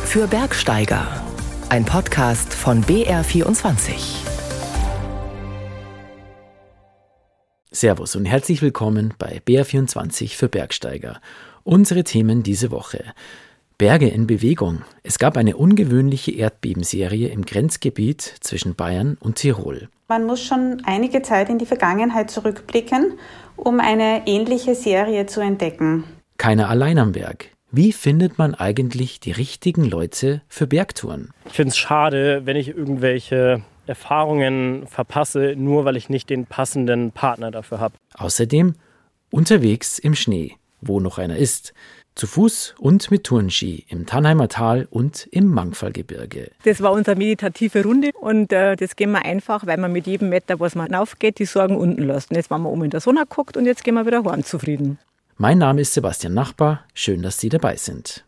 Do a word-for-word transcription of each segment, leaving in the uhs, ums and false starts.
für Bergsteiger. Ein Podcast von B R vierundzwanzig. Servus und herzlich willkommen bei B R vierundzwanzig für Bergsteiger. Unsere Themen diese Woche: Berge in Bewegung. Es gab eine ungewöhnliche Erdbebenserie im Grenzgebiet zwischen Bayern und Tirol. Man muss schon einige Zeit in die Vergangenheit zurückblicken, um eine ähnliche Serie zu entdecken. Keiner allein am Berg. Wie findet man eigentlich die richtigen Leute für Bergtouren? Ich finde es schade, wenn ich irgendwelche Erfahrungen verpasse, nur weil ich nicht den passenden Partner dafür habe. Außerdem unterwegs im Schnee, wo noch einer ist. Zu Fuß und mit Tourenski im Tannheimer Tal und im Mangfallgebirge. Das war unsere meditative Runde und äh, das gehen wir einfach, weil man mit jedem Meter, was man raufgeht, die Sorgen unten lässt. Und jetzt waren wir oben in der Sonne geguckt und jetzt gehen wir wieder heim zufrieden. Mein Name ist Sebastian Nachbar, schön, dass Sie dabei sind.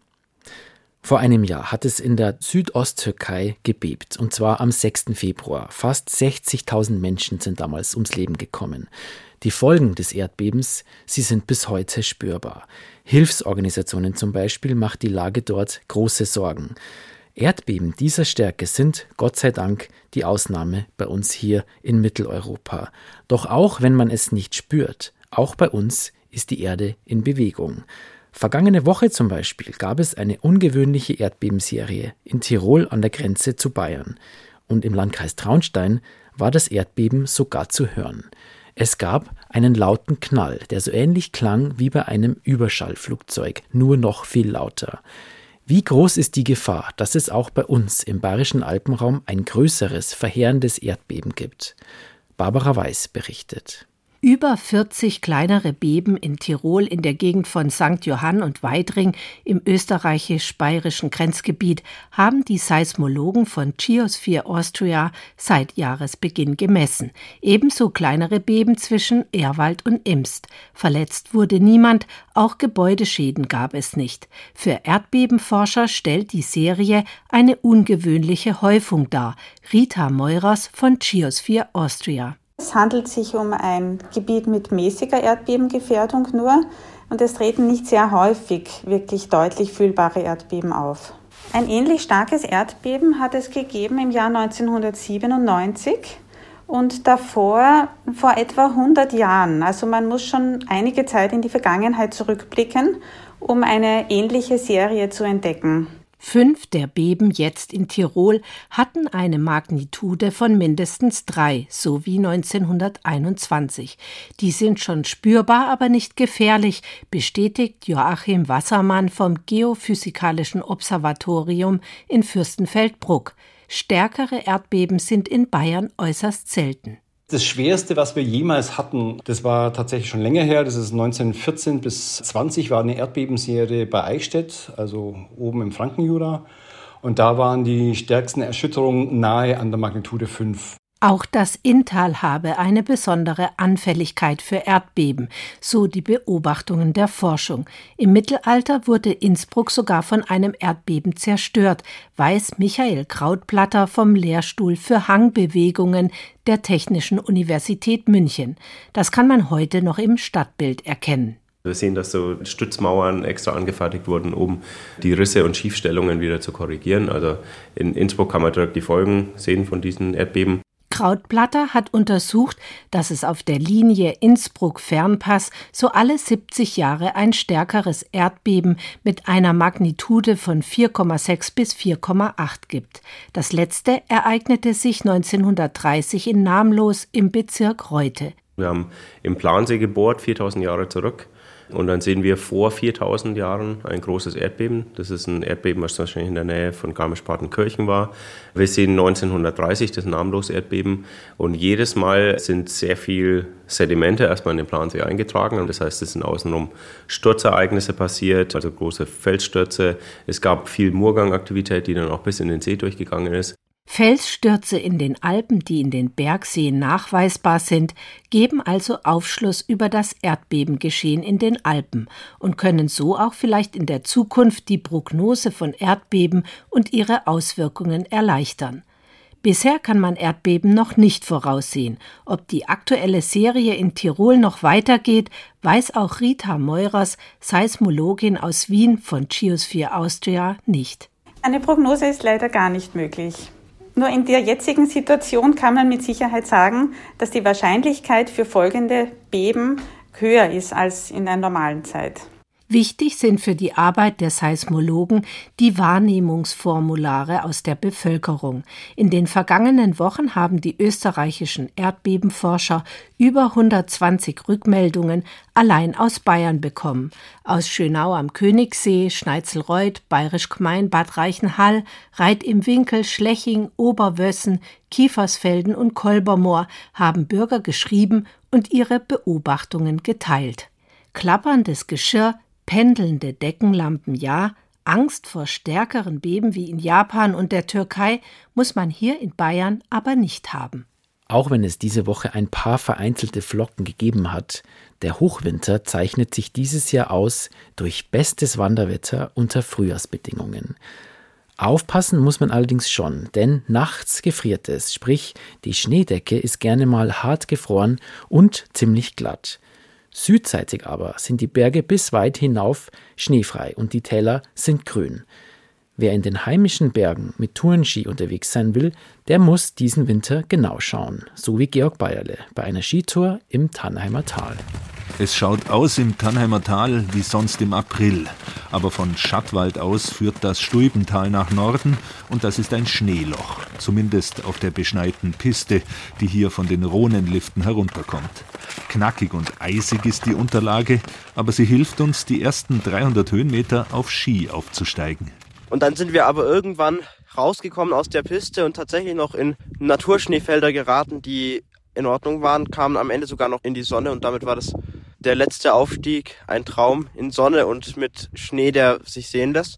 Vor einem Jahr hat es in der Südosttürkei gebebt, und zwar am sechsten Februar. Fast sechzigtausend Menschen sind damals ums Leben gekommen. Die Folgen des Erdbebens, sie sind bis heute spürbar. Hilfsorganisationen zum Beispiel macht die Lage dort große Sorgen. Erdbeben dieser Stärke sind, Gott sei Dank, die Ausnahme bei uns hier in Mitteleuropa. Doch auch wenn man es nicht spürt, auch bei uns ist die Erde in Bewegung. Vergangene Woche zum Beispiel gab es eine ungewöhnliche Erdbebenserie in Tirol an der Grenze zu Bayern. Und im Landkreis Traunstein war das Erdbeben sogar zu hören. Es gab einen lauten Knall, der so ähnlich klang wie bei einem Überschallflugzeug, nur noch viel lauter. Wie groß ist die Gefahr, dass es auch bei uns im bayerischen Alpenraum ein größeres, verheerendes Erdbeben gibt? Barbara Weiß berichtet. Über vierzig kleinere Beben in Tirol in der Gegend von Sankt Johann und Weidring im österreichisch-bayerischen Grenzgebiet haben die Seismologen von Geosphere Austria seit Jahresbeginn gemessen. Ebenso kleinere Beben zwischen Ehrwald und Imst. Verletzt wurde niemand, auch Gebäudeschäden gab es nicht. Für Erdbebenforscher stellt die Serie eine ungewöhnliche Häufung dar. Rita Meurers von Geosphere Austria. Es handelt sich um ein Gebiet mit mäßiger Erdbebengefährdung nur und es treten nicht sehr häufig wirklich deutlich fühlbare Erdbeben auf. Ein ähnlich starkes Erdbeben hat es gegeben im Jahr neunzehnhundertsiebenundneunzig und davor vor etwa hundert Jahren. Also man muss schon einige Zeit in die Vergangenheit zurückblicken, um eine ähnliche Serie zu entdecken. Fünf der Beben jetzt in Tirol hatten eine Magnitude von mindestens drei, so wie neunzehnhunderteinundzwanzig. Die sind schon spürbar, aber nicht gefährlich, bestätigt Joachim Wassermann vom Geophysikalischen Observatorium in Fürstenfeldbruck. Stärkere Erdbeben sind in Bayern äußerst selten. Das Schwerste, was wir jemals hatten, das war tatsächlich schon länger her, das ist neunzehnhundertvierzehn bis zwanzig, war eine Erdbebenserie bei Eichstätt, also oben im Frankenjura. Und da waren die stärksten Erschütterungen nahe an der Magnitude fünf. Auch das Inntal habe eine besondere Anfälligkeit für Erdbeben, so die Beobachtungen der Forschung. Im Mittelalter wurde Innsbruck sogar von einem Erdbeben zerstört, weiß Michael Krautplatter vom Lehrstuhl für Hangbewegungen der Technischen Universität München. Das kann man heute noch im Stadtbild erkennen. Wir sehen, dass so Stützmauern extra angefertigt wurden, um die Risse und Schiefstellungen wieder zu korrigieren. Also in Innsbruck kann man direkt die Folgen sehen von diesen Erdbeben. Krautplatter hat untersucht, dass es auf der Linie Innsbruck-Fernpass so alle siebzig Jahre ein stärkeres Erdbeben mit einer Magnitude von vier Komma sechs bis vier Komma acht gibt. Das letzte ereignete sich neunzehnhundertdreißig in Namlos im Bezirk Reute. Wir haben im Plansee gebohrt, viertausend Jahre zurück. Und dann sehen wir vor viertausend Jahren ein großes Erdbeben. Das ist ein Erdbeben, was wahrscheinlich in der Nähe von Garmisch-Partenkirchen war. Wir sehen neunzehnhundertdreißig das Namlos-Erdbeben. Und jedes Mal sind sehr viel Sedimente erstmal in den Plansee eingetragen. Und das heißt, es sind außenrum Sturzereignisse passiert, also große Felsstürze. Es gab viel Murgangaktivität, die dann auch bis in den See durchgegangen ist. Felsstürze in den Alpen, die in den Bergseen nachweisbar sind, geben also Aufschluss über das Erdbebengeschehen in den Alpen und können so auch vielleicht in der Zukunft die Prognose von Erdbeben und ihre Auswirkungen erleichtern. Bisher kann man Erdbeben noch nicht voraussehen. Ob die aktuelle Serie in Tirol noch weitergeht, weiß auch Rita Meurers, Seismologin aus Wien von Geosphere Austria, nicht. Eine Prognose ist leider gar nicht möglich. Nur in der jetzigen Situation kann man mit Sicherheit sagen, dass die Wahrscheinlichkeit für folgende Beben höher ist als in der normalen Zeit. Wichtig sind für die Arbeit der Seismologen die Wahrnehmungsformulare aus der Bevölkerung. In den vergangenen Wochen haben die österreichischen Erdbebenforscher über hundertzwanzig Rückmeldungen allein aus Bayern bekommen. Aus Schönau am Königssee, Schneitzelreuth, Bayerisch Gmein, Bad Reichenhall, Reit im Winkel, Schleching, Oberwössen, Kiefersfelden und Kolbermoor haben Bürger geschrieben und ihre Beobachtungen geteilt. Klapperndes Geschirr, pendelnde Deckenlampen ja, Angst vor stärkeren Beben wie in Japan und der Türkei muss man hier in Bayern aber nicht haben. Auch wenn es diese Woche ein paar vereinzelte Flocken gegeben hat, der Hochwinter zeichnet sich dieses Jahr aus durch bestes Wanderwetter unter Frühjahrsbedingungen. Aufpassen muss man allerdings schon, denn nachts gefriert es, sprich die Schneedecke ist gerne mal hart gefroren und ziemlich glatt. Südseitig aber sind die Berge bis weit hinauf schneefrei und die Täler sind grün. Wer in den heimischen Bergen mit Tourenski unterwegs sein will, der muss diesen Winter genau schauen, so wie Georg Bayerle bei einer Skitour im Tannheimer Tal. Es schaut aus im Tannheimer Tal wie sonst im April, aber von Schattwald aus führt das Stuybental nach Norden und das ist ein Schneeloch, zumindest auf der beschneiten Piste, die hier von den Rhonenliften herunterkommt. Knackig und eisig ist die Unterlage, aber sie hilft uns, die ersten dreihundert Höhenmeter auf Ski aufzusteigen. Und dann sind wir aber irgendwann rausgekommen aus der Piste und tatsächlich noch in Naturschneefelder geraten, die in Ordnung waren, kamen am Ende sogar noch in die Sonne und damit war das der letzte Aufstieg ein Traum in Sonne und mit Schnee, der sich sehen lässt.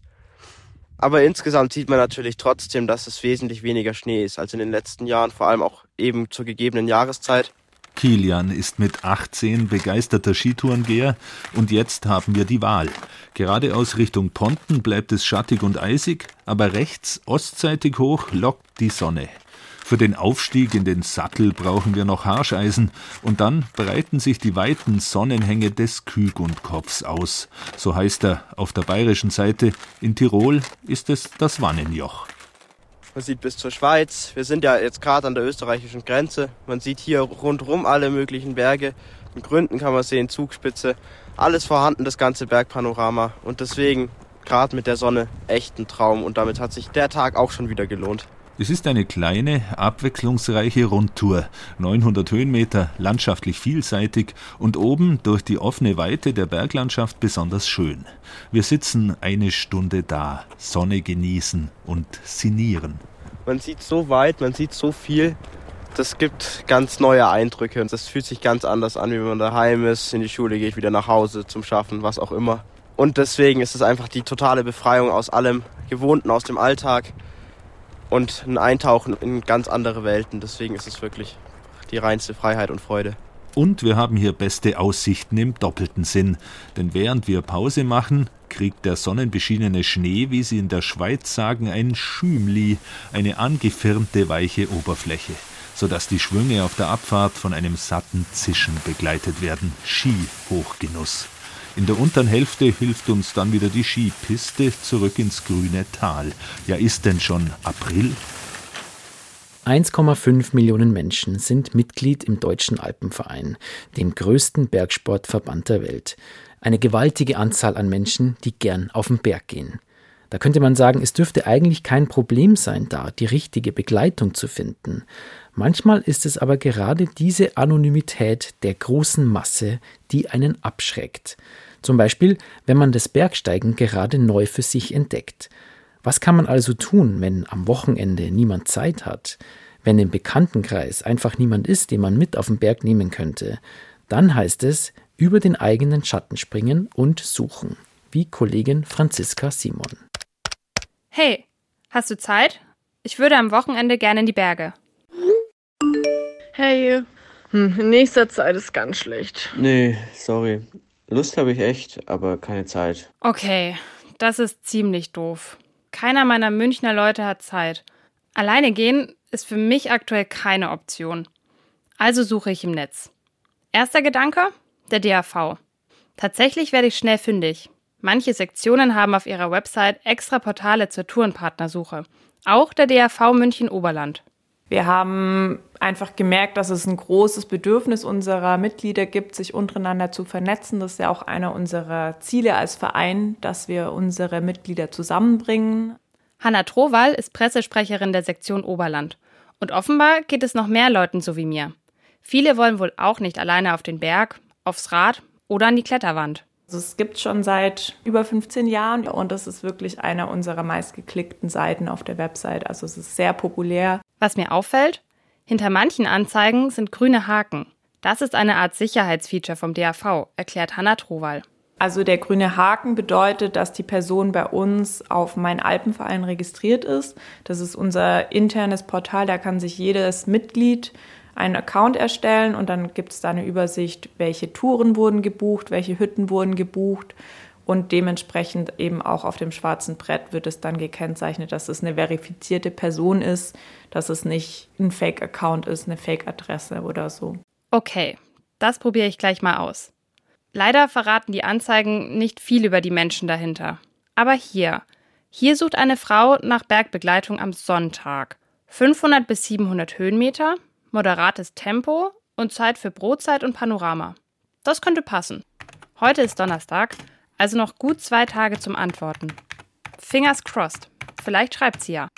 Aber insgesamt sieht man natürlich trotzdem, dass es wesentlich weniger Schnee ist als in den letzten Jahren, vor allem auch eben zur gegebenen Jahreszeit. Kilian ist mit achtzehn begeisterter Skitourengeher und jetzt haben wir die Wahl. Geradeaus Richtung Ponten bleibt es schattig und eisig, aber rechts ostseitig hoch lockt die Sonne. Für den Aufstieg in den Sattel brauchen wir noch Harscheisen und dann breiten sich die weiten Sonnenhänge des Kügundkopfs aus. So heißt er auf der bayerischen Seite. In Tirol ist es das Wannenjoch. Man sieht bis zur Schweiz. Wir sind ja jetzt gerade an der österreichischen Grenze. Man sieht hier rundherum alle möglichen Berge. In Gründen kann man sehen, Zugspitze. Alles vorhanden, das ganze Bergpanorama. Und deswegen gerade mit der Sonne echt ein Traum. Und damit hat sich der Tag auch schon wieder gelohnt. Es ist eine kleine, abwechslungsreiche Rundtour, neunhundert Höhenmeter, landschaftlich vielseitig und oben durch die offene Weite der Berglandschaft besonders schön. Wir sitzen eine Stunde da, Sonne genießen und sinnieren. Man sieht so weit, man sieht so viel, das gibt ganz neue Eindrücke und das fühlt sich ganz anders an, wie wenn man daheim ist, in die Schule geht, wieder nach Hause zum Schaffen, was auch immer. Und deswegen ist es einfach die totale Befreiung aus allem Gewohnten, aus dem Alltag. Und ein Eintauchen in ganz andere Welten. Deswegen ist es wirklich die reinste Freiheit und Freude. Und wir haben hier beste Aussichten im doppelten Sinn. Denn während wir Pause machen, kriegt der sonnenbeschienene Schnee, wie sie in der Schweiz sagen, ein Schümli, eine angefirnte weiche Oberfläche, sodass die Schwünge auf der Abfahrt von einem satten Zischen begleitet werden. Ski-Hochgenuss. In der unteren Hälfte hilft uns dann wieder die Skipiste zurück ins grüne Tal. Ja, ist denn schon April? eins Komma fünf Millionen Menschen sind Mitglied im Deutschen Alpenverein, dem größten Bergsportverband der Welt. Eine gewaltige Anzahl an Menschen, die gern auf den Berg gehen. Da könnte man sagen, es dürfte eigentlich kein Problem sein, da die richtige Begleitung zu finden. Manchmal ist es aber gerade diese Anonymität der großen Masse, die einen abschreckt. Zum Beispiel, wenn man das Bergsteigen gerade neu für sich entdeckt. Was kann man also tun, wenn am Wochenende niemand Zeit hat? Wenn im Bekanntenkreis einfach niemand ist, den man mit auf den Berg nehmen könnte? Dann heißt es, über den eigenen Schatten springen und suchen. Wie Kollegin Franziska Simon. Hey, hast du Zeit? Ich würde am Wochenende gerne in die Berge. Hey, hm, in nächster Zeit ist ganz schlecht. Nee, sorry. Lust habe ich echt, aber keine Zeit. Okay, das ist ziemlich doof. Keiner meiner Münchner Leute hat Zeit. Alleine gehen ist für mich aktuell keine Option. Also suche ich im Netz. Erster Gedanke? Der D A V. Tatsächlich werde ich schnell fündig. Manche Sektionen haben auf ihrer Website extra Portale zur Tourenpartnersuche. Auch der D R V München Oberland. Wir haben einfach gemerkt, dass es ein großes Bedürfnis unserer Mitglieder gibt, sich untereinander zu vernetzen. Das ist ja auch einer unserer Ziele als Verein, dass wir unsere Mitglieder zusammenbringen. Hanna Trowal ist Pressesprecherin der Sektion Oberland. Und offenbar geht es noch mehr Leuten so wie mir. Viele wollen wohl auch nicht alleine auf den Berg, aufs Rad oder an die Kletterwand. Also es gibt schon seit über fünfzehn Jahren und das ist wirklich einer unserer meistgeklickten Seiten auf der Website. Also es ist sehr populär. Was mir auffällt, hinter manchen Anzeigen sind grüne Haken. Das ist eine Art Sicherheitsfeature vom D R V, erklärt Hanna Trowal. Also der grüne Haken bedeutet, dass die Person bei uns auf Mein Alpenverein registriert ist. Das ist unser internes Portal, da kann sich jedes Mitglied einen Account erstellen und dann gibt es da eine Übersicht, welche Touren wurden gebucht, welche Hütten wurden gebucht und dementsprechend eben auch auf dem schwarzen Brett wird es dann gekennzeichnet, dass es eine verifizierte Person ist, dass es nicht ein Fake-Account ist, eine Fake-Adresse oder so. Okay, das probiere ich gleich mal aus. Leider verraten die Anzeigen nicht viel über die Menschen dahinter. Aber hier, hier sucht eine Frau nach Bergbegleitung am Sonntag. fünfhundert bis siebenhundert Höhenmeter, moderates Tempo und Zeit für Brotzeit und Panorama. Das könnte passen. Heute ist Donnerstag, also noch gut zwei Tage zum Antworten. Fingers crossed. Vielleicht schreibt sie ja.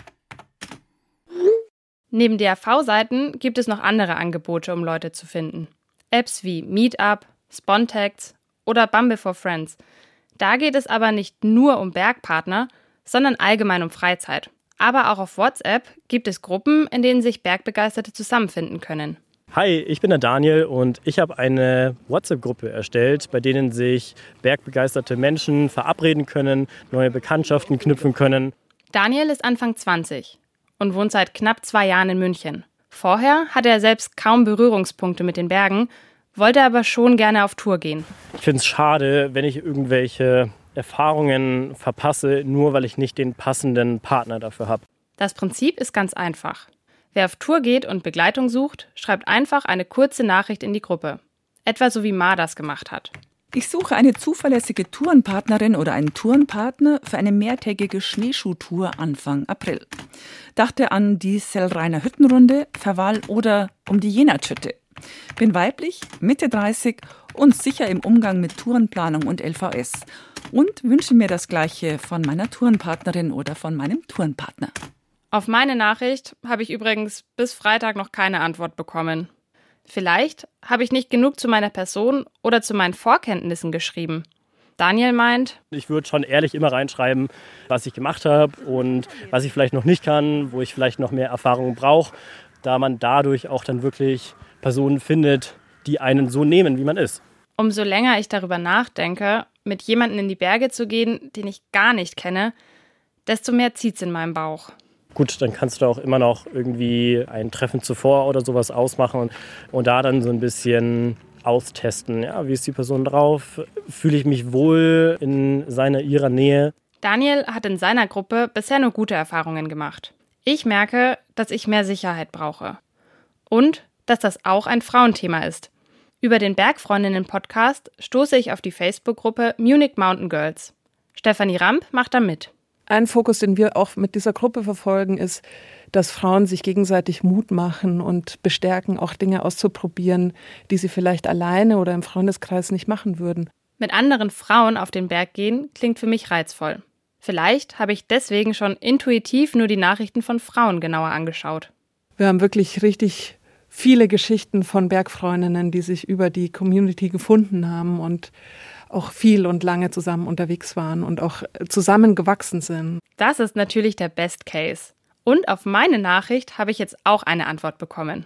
Neben D R V-Seiten gibt es noch andere Angebote, um Leute zu finden. Apps wie Meetup, Spontex oder Bumble for Friends. Da geht es aber nicht nur um Bergpartner, sondern allgemein um Freizeit. Aber auch auf WhatsApp gibt es Gruppen, in denen sich Bergbegeisterte zusammenfinden können. Hi, ich bin der Daniel und ich habe eine WhatsApp-Gruppe erstellt, bei denen sich bergbegeisterte Menschen verabreden können, neue Bekanntschaften knüpfen können. Daniel ist Anfang zwanzig und wohnt seit knapp zwei Jahren in München. Vorher hatte er selbst kaum Berührungspunkte mit den Bergen, wollte aber schon gerne auf Tour gehen. Ich finde es schade, wenn ich irgendwelche Erfahrungen verpasse, nur weil ich nicht den passenden Partner dafür habe. Das Prinzip ist ganz einfach. Wer auf Tour geht und Begleitung sucht, schreibt einfach eine kurze Nachricht in die Gruppe. Etwa so wie Ma das gemacht hat. Ich suche eine zuverlässige Tourenpartnerin oder einen Tourenpartner für eine mehrtägige Schneeschuhtour Anfang April. Dachte an die Sellreiner Hüttenrunde, Verwall oder um die Jenatschhütte. Bin weiblich, Mitte dreißig und sicher im Umgang mit Tourenplanung und L V S. Und wünsche mir das Gleiche von meiner Tourenpartnerin oder von meinem Tourenpartner. Auf meine Nachricht habe ich übrigens bis Freitag noch keine Antwort bekommen. Vielleicht habe ich nicht genug zu meiner Person oder zu meinen Vorkenntnissen geschrieben. Daniel meint, ich würde schon ehrlich immer reinschreiben, was ich gemacht habe und was ich vielleicht noch nicht kann, wo ich vielleicht noch mehr Erfahrung brauche, da man dadurch auch dann wirklich Personen findet, die einen so nehmen, wie man ist. Umso länger ich darüber nachdenke, mit jemandem in die Berge zu gehen, den ich gar nicht kenne, desto mehr zieht's in meinem Bauch. Gut, dann kannst du auch immer noch irgendwie ein Treffen zuvor oder sowas ausmachen und, und da dann so ein bisschen austesten. Ja, wie ist die Person drauf? Fühle ich mich wohl in seiner, ihrer Nähe? Daniel hat in seiner Gruppe bisher nur gute Erfahrungen gemacht. Ich merke, dass ich mehr Sicherheit brauche. Und dass das auch ein Frauenthema ist. Über den Bergfreundinnen-Podcast stoße ich auf die Facebook-Gruppe Munich Mountain Girls. Stefanie Ramp macht da mit. Ein Fokus, den wir auch mit dieser Gruppe verfolgen, ist, dass Frauen sich gegenseitig Mut machen und bestärken, auch Dinge auszuprobieren, die sie vielleicht alleine oder im Freundeskreis nicht machen würden. Mit anderen Frauen auf den Berg gehen klingt für mich reizvoll. Vielleicht habe ich deswegen schon intuitiv nur die Nachrichten von Frauen genauer angeschaut. Wir haben wirklich richtig viele Geschichten von Bergfreundinnen, die sich über die Community gefunden haben und auch viel und lange zusammen unterwegs waren und auch zusammengewachsen sind. Das ist natürlich der Best Case. Und auf meine Nachricht habe ich jetzt auch eine Antwort bekommen.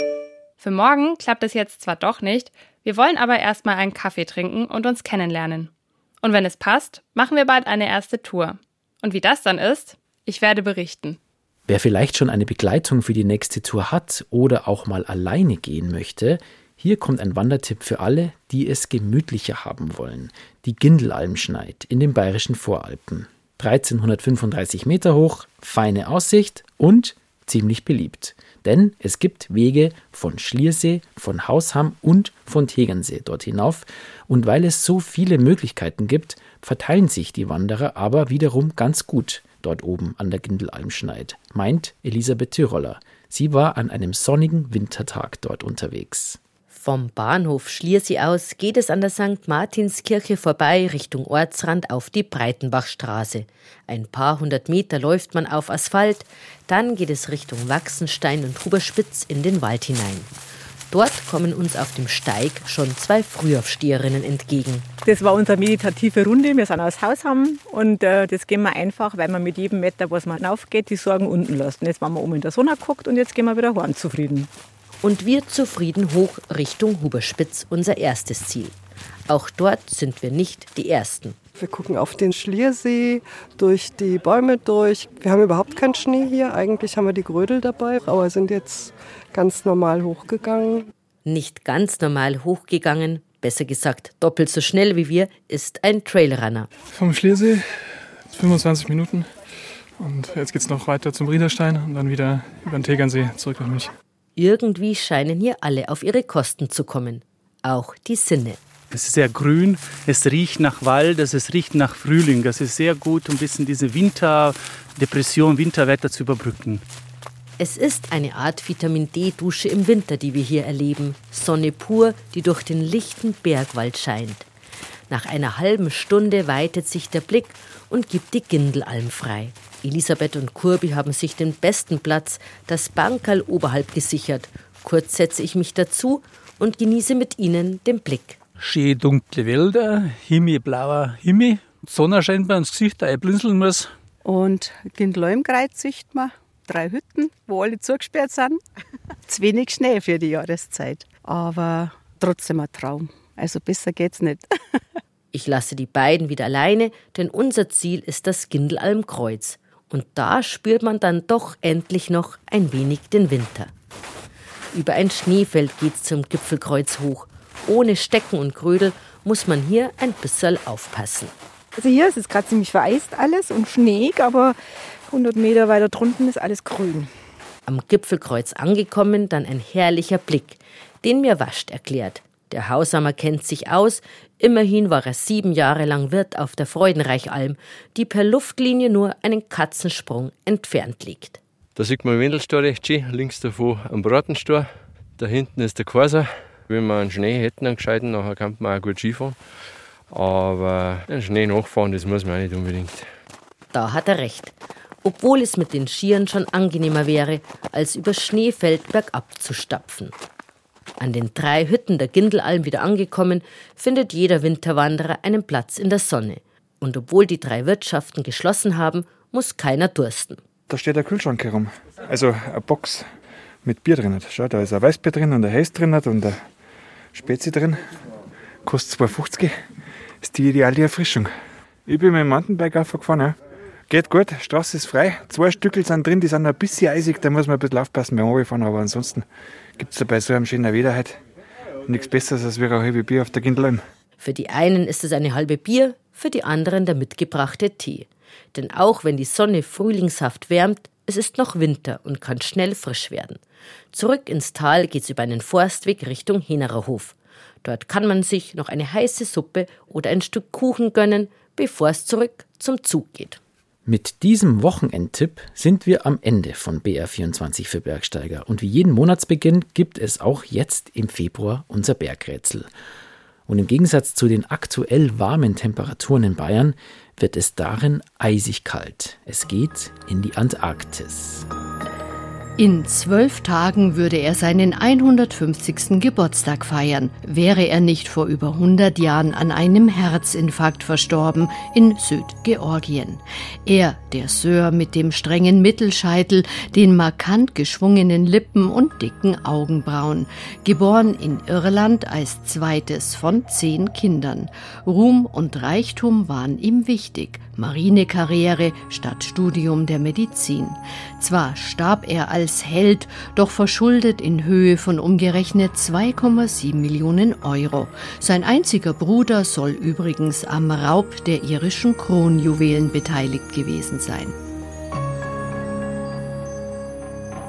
Für morgen klappt es jetzt zwar doch nicht, wir wollen aber erstmal einen Kaffee trinken und uns kennenlernen. Und wenn es passt, machen wir bald eine erste Tour. Und wie das dann ist, ich werde berichten. Wer vielleicht schon eine Begleitung für die nächste Tour hat oder auch mal alleine gehen möchte, hier kommt ein Wandertipp für alle, die es gemütlicher haben wollen. Die Gindelalmschneid in den bayerischen Voralpen. dreizehnhundertfünfunddreißig Meter hoch, feine Aussicht und ziemlich beliebt. Denn es gibt Wege von Schliersee, von Hausham und von Tegernsee dort hinauf. Und weil es so viele Möglichkeiten gibt, verteilen sich die Wanderer aber wiederum ganz gut dort oben an der Gindelalmschneid, meint Elisabeth Tiroller. Sie war an einem sonnigen Wintertag dort unterwegs. Vom Bahnhof Schliersee aus geht es an der Sankt Martinskirche vorbei Richtung Ortsrand auf die Breitenbachstraße. Ein paar hundert Meter läuft man auf Asphalt, dann geht es Richtung Wachsenstein und Huberspitz in den Wald hinein. Dort kommen uns auf dem Steig schon zwei Frühaufsteherinnen entgegen. Das war unsere meditative Runde. Wir sind aus Hausham und äh, das gehen wir einfach, weil man mit jedem Meter, was man aufgeht, die Sorgen unten lässt. Und jetzt waren wir oben in der Sonne geguckt und jetzt gehen wir wieder heim zufrieden. Und wir zufrieden hoch Richtung Huberspitz, unser erstes Ziel. Auch dort sind wir nicht die Ersten. Wir gucken auf den Schliersee, durch die Bäume durch. Wir haben überhaupt keinen Schnee hier. Eigentlich haben wir die Grödel dabei, aber sind jetzt ganz normal hochgegangen. Nicht ganz normal hochgegangen, besser gesagt doppelt so schnell wie wir, ist ein Trailrunner. Vom Schliersee fünfundzwanzig Minuten und jetzt geht es noch weiter zum Riederstein und dann wieder über den Tegernsee zurück nach München. Irgendwie scheinen hier alle auf ihre Kosten zu kommen, auch die Sinne. Es ist sehr grün, es riecht nach Wald, es riecht nach Frühling. Das ist sehr gut, um ein bisschen diese Winterdepression, Winterwetter zu überbrücken. Es ist eine Art Vitamin-D-Dusche im Winter, die wir hier erleben. Sonne pur, die durch den lichten Bergwald scheint. Nach einer halben Stunde weitet sich der Blick und gibt die Gindelalm frei. Elisabeth und Kurbi haben sich den besten Platz, das Bankerl oberhalb, gesichert. Kurz setze ich mich dazu und genieße mit ihnen den Blick. Schön dunkle Wälder, himmelblauer Himmel, Sonne scheint bei uns Gesicht, da ich blinzeln muss. Und Gindelalmkreuz sieht man, drei Hütten, wo alle zugesperrt sind. Zu wenig Schnee für die Jahreszeit, aber trotzdem ein Traum. Also besser geht's nicht. Ich lasse die beiden wieder alleine, denn unser Ziel ist das Gindelalmkreuz. Und da spürt man dann doch endlich noch ein wenig den Winter. Über ein Schneefeld geht's zum Gipfelkreuz hoch. Ohne Stecken und Grödel muss man hier ein bisschen aufpassen. Also hier ist es gerade ziemlich vereist alles und schneeig, aber hundert Meter weiter drunten ist alles grün. Am Gipfelkreuz angekommen, dann ein herrlicher Blick, den mir Wascht erklärt. Der Hausamer kennt sich aus, immerhin war er sieben Jahre lang Wirt auf der Freudenreichalm, die per Luftlinie nur einen Katzensprung entfernt liegt. Da sieht man Wendelstor recht schön, links davon am Bratenstor, da hinten ist der Korser. Wenn wir einen Schnee hätten, einen gescheiten, nachher kann man auch gut Skifahren. Aber den Schnee nachfahren, das muss man auch nicht unbedingt. Da hat er recht. Obwohl es mit den Skiern schon angenehmer wäre, als über Schneefeld bergab zu stapfen. An den drei Hütten der Gindelalm wieder angekommen, findet jeder Winterwanderer einen Platz in der Sonne. Und obwohl die drei Wirtschaften geschlossen haben, muss keiner dursten. Da steht ein Kühlschrank herum. Also eine Box mit Bier drin. Schau, da ist ein Weißbier drin und ein Heiß drin und ein Spezi drin. Kostet zwei fünfzig. Ist die ideale Erfrischung. Ich bin mit dem Mountainbike gefahren. Ja. Geht gut, Straße ist frei. Zwei Stückel sind drin, die sind ein bisschen eisig, da muss man ein bisschen aufpassen beim Runterfahren. Aber ansonsten gibt es bei so einem schönen Wetter halt nichts Besseres als ein halbes Bier auf der Gindelalm. Für die einen ist es eine halbe Bier, für die anderen der mitgebrachte Tee. Denn auch wenn die Sonne frühlingshaft wärmt, es ist noch Winter und kann schnell frisch werden. Zurück ins Tal geht's über einen Forstweg Richtung Henerer Hof. Dort kann man sich noch eine heiße Suppe oder ein Stück Kuchen gönnen, bevor es zurück zum Zug geht. Mit diesem Wochenendtipp sind wir am Ende von B R vierundzwanzig für Bergsteiger. Und wie jeden Monatsbeginn gibt es auch jetzt im Februar unser Bergrätsel. Und im Gegensatz zu den aktuell warmen Temperaturen in Bayern wird es darin eisig kalt. Es geht in die Antarktis. In zwölf Tagen würde er seinen hundertfünfzigsten Geburtstag feiern, wäre er nicht vor über hundert Jahren an einem Herzinfarkt verstorben in Südgeorgien. Er, der Sir mit dem strengen Mittelscheitel, den markant geschwungenen Lippen und dicken Augenbrauen. Geboren in Irland als zweites von zehn Kindern. Ruhm und Reichtum waren ihm wichtig. Marinekarriere statt Studium der Medizin. Zwar starb er als Held, doch verschuldet in Höhe von umgerechnet zwei Komma sieben Millionen Euro. Sein einziger Bruder soll übrigens am Raub der irischen Kronjuwelen beteiligt gewesen sein.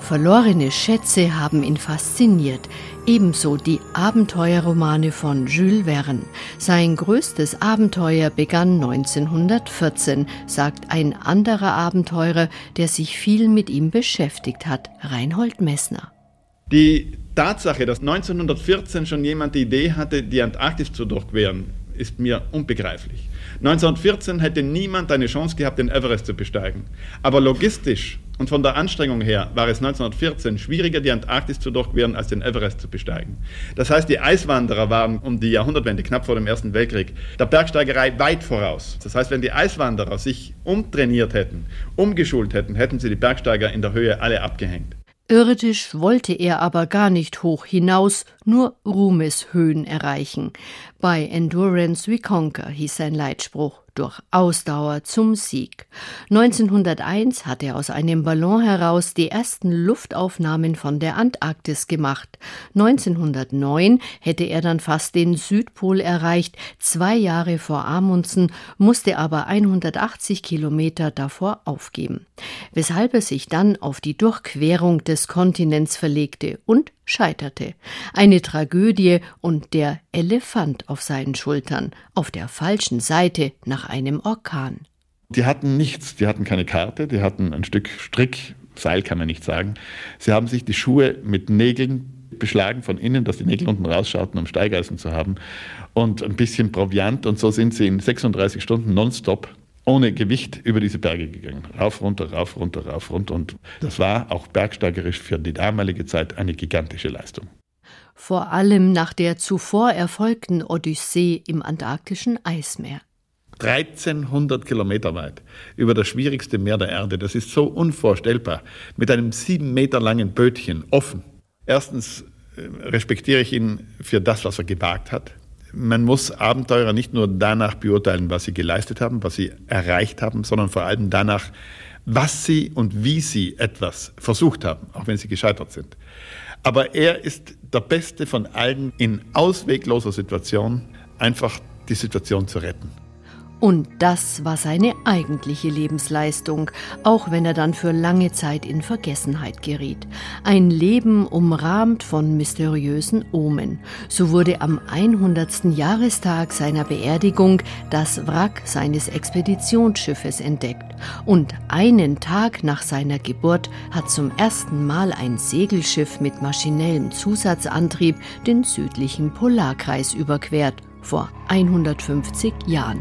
Verlorene Schätze haben ihn fasziniert, ebenso die Abenteuerromane von Jules Verne. Sein größtes Abenteuer begann neunzehnhundertvierzehn, sagt ein anderer Abenteurer, der sich viel mit ihm beschäftigt hat, Reinhold Messner. Die Tatsache, dass neunzehnhundertvierzehn schon jemand die Idee hatte, die Antarktis zu durchqueren, ist mir unbegreiflich. neunzehnhundertvierzehn hätte niemand eine Chance gehabt, den Everest zu besteigen. Aber logistisch und von der Anstrengung her war es neunzehnhundertvierzehn schwieriger, die Antarktis zu durchqueren, als den Everest zu besteigen. Das heißt, die Eiswanderer waren um die Jahrhundertwende, knapp vor dem Ersten Weltkrieg, der Bergsteigerei weit voraus. Das heißt, wenn die Eiswanderer sich umtrainiert hätten, umgeschult hätten, hätten sie die Bergsteiger in der Höhe alle abgehängt. Irdisch wollte er aber gar nicht hoch hinaus, nur Ruhmeshöhen erreichen. By Endurance we conquer hieß sein Leitspruch, durch Ausdauer zum Sieg. neunzehnhunderteins hat er aus einem Ballon heraus die ersten Luftaufnahmen von der Antarktis gemacht. neunzehnhundertneun hätte er dann fast den Südpol erreicht, zwei Jahre vor Amundsen, musste aber hundertachtzig Kilometer davor aufgeben. Weshalb er sich dann auf die Durchquerung des Kontinents verlegte und scheiterte. Eine Tragödie und der Elefant auf seinen Schultern, auf der falschen Seite nach einem Orkan. Die hatten nichts, die hatten keine Karte, die hatten ein Stück Strick, Seil kann man nicht sagen. Sie haben sich die Schuhe mit Nägeln beschlagen von innen, dass die Nägel unten rausschauten, um Steigeisen zu haben, und ein bisschen Proviant, und so sind sie in sechsunddreißig Stunden nonstop ohne Gewicht über diese Berge gegangen. Rauf, runter, rauf, runter, rauf, runter. Und das war auch bergsteigerisch für die damalige Zeit eine gigantische Leistung. Vor allem nach der zuvor erfolgten Odyssee im antarktischen Eismeer. dreizehnhundert Kilometer weit über das schwierigste Meer der Erde. Das ist so unvorstellbar. Mit einem sieben Meter langen Bötchen, offen. Erstens respektiere ich ihn für das, was er gewagt hat. Man muss Abenteurer nicht nur danach beurteilen, was sie geleistet haben, was sie erreicht haben, sondern vor allem danach, was sie und wie sie etwas versucht haben, auch wenn sie gescheitert sind. Aber er ist der Beste von allen, in auswegloser Situation einfach die Situation zu retten. Und das war seine eigentliche Lebensleistung, auch wenn er dann für lange Zeit in Vergessenheit geriet. Ein Leben umrahmt von mysteriösen Omen. So wurde am hundertsten Jahrestag seiner Beerdigung das Wrack seines Expeditionsschiffes entdeckt. Und einen Tag nach seiner Geburt hat zum ersten Mal ein Segelschiff mit maschinellem Zusatzantrieb den südlichen Polarkreis überquert, vor hundertfünfzig Jahren.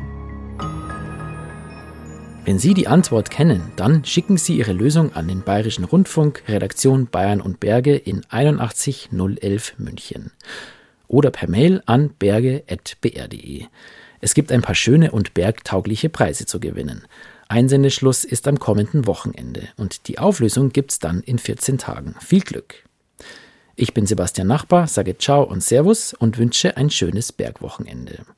Wenn Sie die Antwort kennen, dann schicken Sie Ihre Lösung an den Bayerischen Rundfunk, Redaktion Bayern und Berge in einundachtzig null elf München. Oder per Mail an berge at b r punkt d e. Es gibt ein paar schöne und bergtaugliche Preise zu gewinnen. Einsendeschluss ist am kommenden Wochenende und die Auflösung gibt's dann in vierzehn Tagen. Viel Glück! Ich bin Sebastian Nachbar, sage Ciao und Servus und wünsche ein schönes Bergwochenende.